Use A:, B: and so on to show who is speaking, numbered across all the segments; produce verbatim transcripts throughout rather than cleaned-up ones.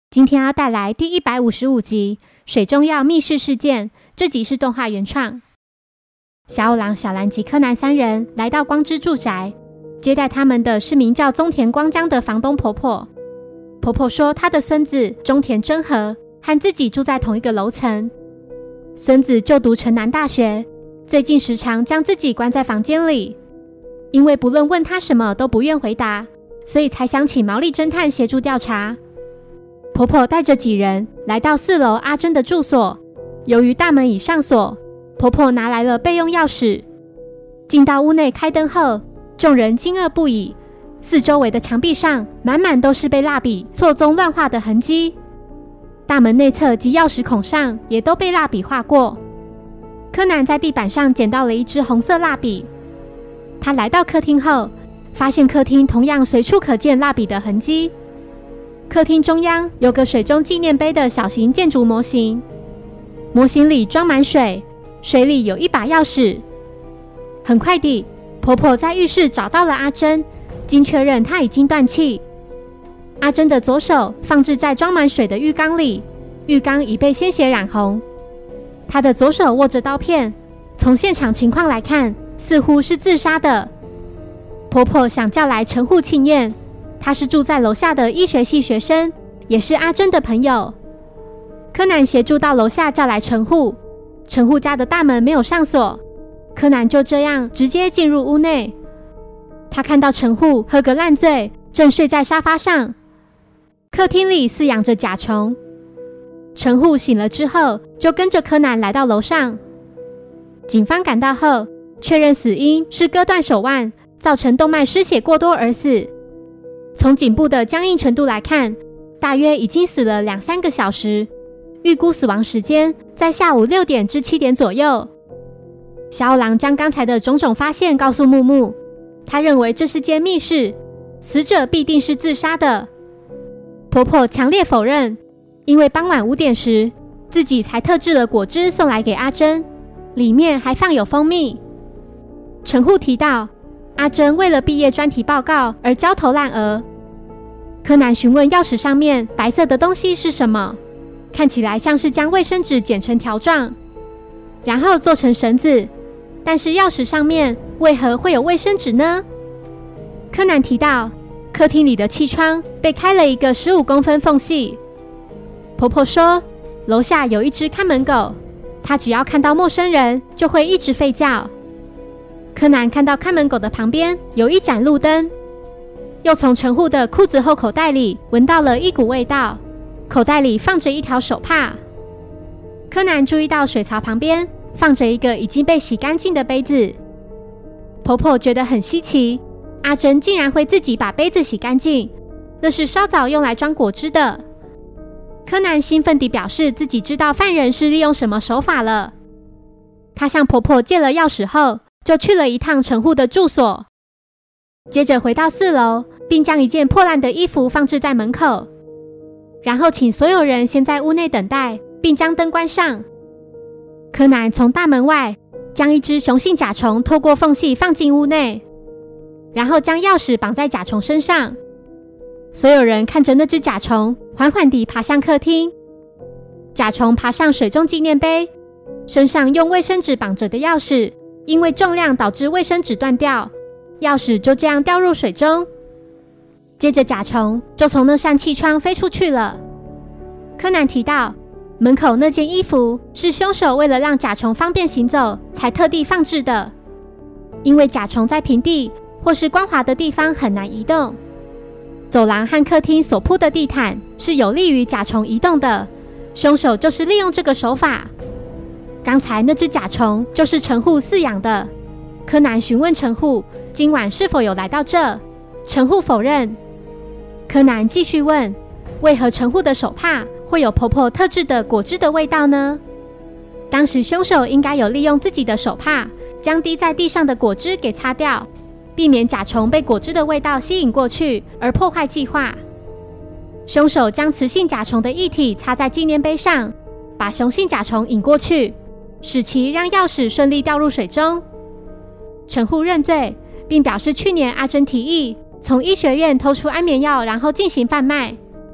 A: 今天要带来第一百五十五集水中药密室事件，这集是动画原创。小五郎、小兰及柯南三人来到光之住宅，接待他们的是名叫中田光江的房东婆婆。婆婆说她的孙子中田真和和自己住在同一个楼层，孙子就读城南大学，最近时常将自己关在房间里，因为不论问他什么都不愿回答，所以才想请毛利侦探协助调查。婆婆带着几人来到四楼阿珍的住所，由于大门已上锁，婆婆拿来了备用钥匙。进到屋内开灯后，众人惊愕不已，四周围的墙壁上满满都是被蜡笔错综乱画的痕迹，大门内侧及钥匙孔上也都被蜡笔画过。柯南在地板上捡到了一支红色蜡笔，他来到客厅后，发现客厅同样随处可见蜡笔的痕迹。客厅中央有个水中纪念碑的小型建筑模型，模型里装满水，水里有一把钥匙。很快地，婆婆在浴室找到了阿珍，经确认她已经断气。阿珍的左手放置在装满水的浴缸里，浴缸已被鲜血染红。她的左手握着刀片，从现场情况来看，似乎是自杀的。婆婆想叫来陈户庆彦，他是住在楼下的医学系学生，也是阿珍的朋友。柯南协助到楼下叫来陈户，陈户家的大门没有上锁，柯南就这样直接进入屋内。他看到陈户喝个烂醉，正睡在沙发上。客厅里饲养着甲虫。陈户醒了之后，就跟着柯南来到楼上。警方赶到后，确认死因是割断手腕，造成动脉失血过多而死。从颈部的僵硬程度来看，大约已经死了两三个小时，预估死亡时间在下午六点至七点左右。小五郎将刚才的种种发现告诉木木，他认为这是间密室，死者必定是自杀的。婆婆强烈否认，因为傍晚五点时自己才特制了果汁送来给阿珍，里面还放有蜂蜜。陈户提到阿珍为了毕业专题报告而焦头烂额。柯南询问钥匙上面白色的东西是什么，看起来像是将卫生纸剪成条状，然后做成绳子，但是钥匙上面为何会有卫生纸呢？柯南提到客厅里的气窗被开了一个十五公分缝隙。婆婆说楼下有一只看门狗，它只要看到陌生人就会一直吠叫。柯南看到看门狗的旁边有一盏路灯，又从陈户的裤子后口袋里闻到了一股味道，口袋里放着一条手帕。柯南注意到水槽旁边放着一个已经被洗干净的杯子。婆婆觉得很稀奇，阿珍竟然会自己把杯子洗干净，那是稍早用来装果汁的。柯南兴奋地表示自己知道犯人是利用什么手法了。他向婆婆借了钥匙后，就去了一趟陈户的住所，接着回到四楼，并将一件破烂的衣服放置在门口，然后请所有人先在屋内等待，并将灯关上。柯南从大门外将一只雄性甲虫透过缝隙放进屋内，然后将钥匙绑在甲虫身上。所有人看着那只甲虫缓缓地爬向客厅。甲虫爬上水中纪念碑，身上用卫生纸绑着的钥匙因为重量导致卫生纸断掉，钥匙就这样掉入水中。接着甲虫就从那扇气窗飞出去了。柯南提到门口那件衣服是凶手为了让甲虫方便行走才特地放置的，因为甲虫在平地或是光滑的地方很难移动，走廊和客厅所铺的地毯是有利于甲虫移动的，凶手就是利用这个手法。刚才那只甲虫就是陈户饲养的。柯南询问陈户今晚是否有来到这，陈户否认。柯南继续问，为何陈户的手帕会有婆婆特制的果汁的味道呢？当时凶手应该有利用自己的手帕将滴在地上的果汁给擦掉，避免甲虫被果汁的味道吸引过去而破坏计划。凶手将雌性甲虫的液体擦在纪念碑上，把雄性甲虫引过去，使其让钥匙顺利掉入水中。陈户认罪，并表示去年阿珍提议从医学院偷出安眠药，然后进行贩卖。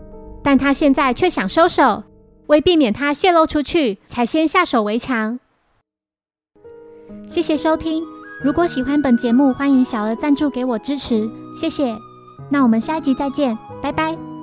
A: 但他现在却想收手，为避免它泄露出去，才先下手为强。谢谢收听，如果喜欢本节目，欢迎小额赞助给我支持，谢谢。那我们下一集再见，拜拜。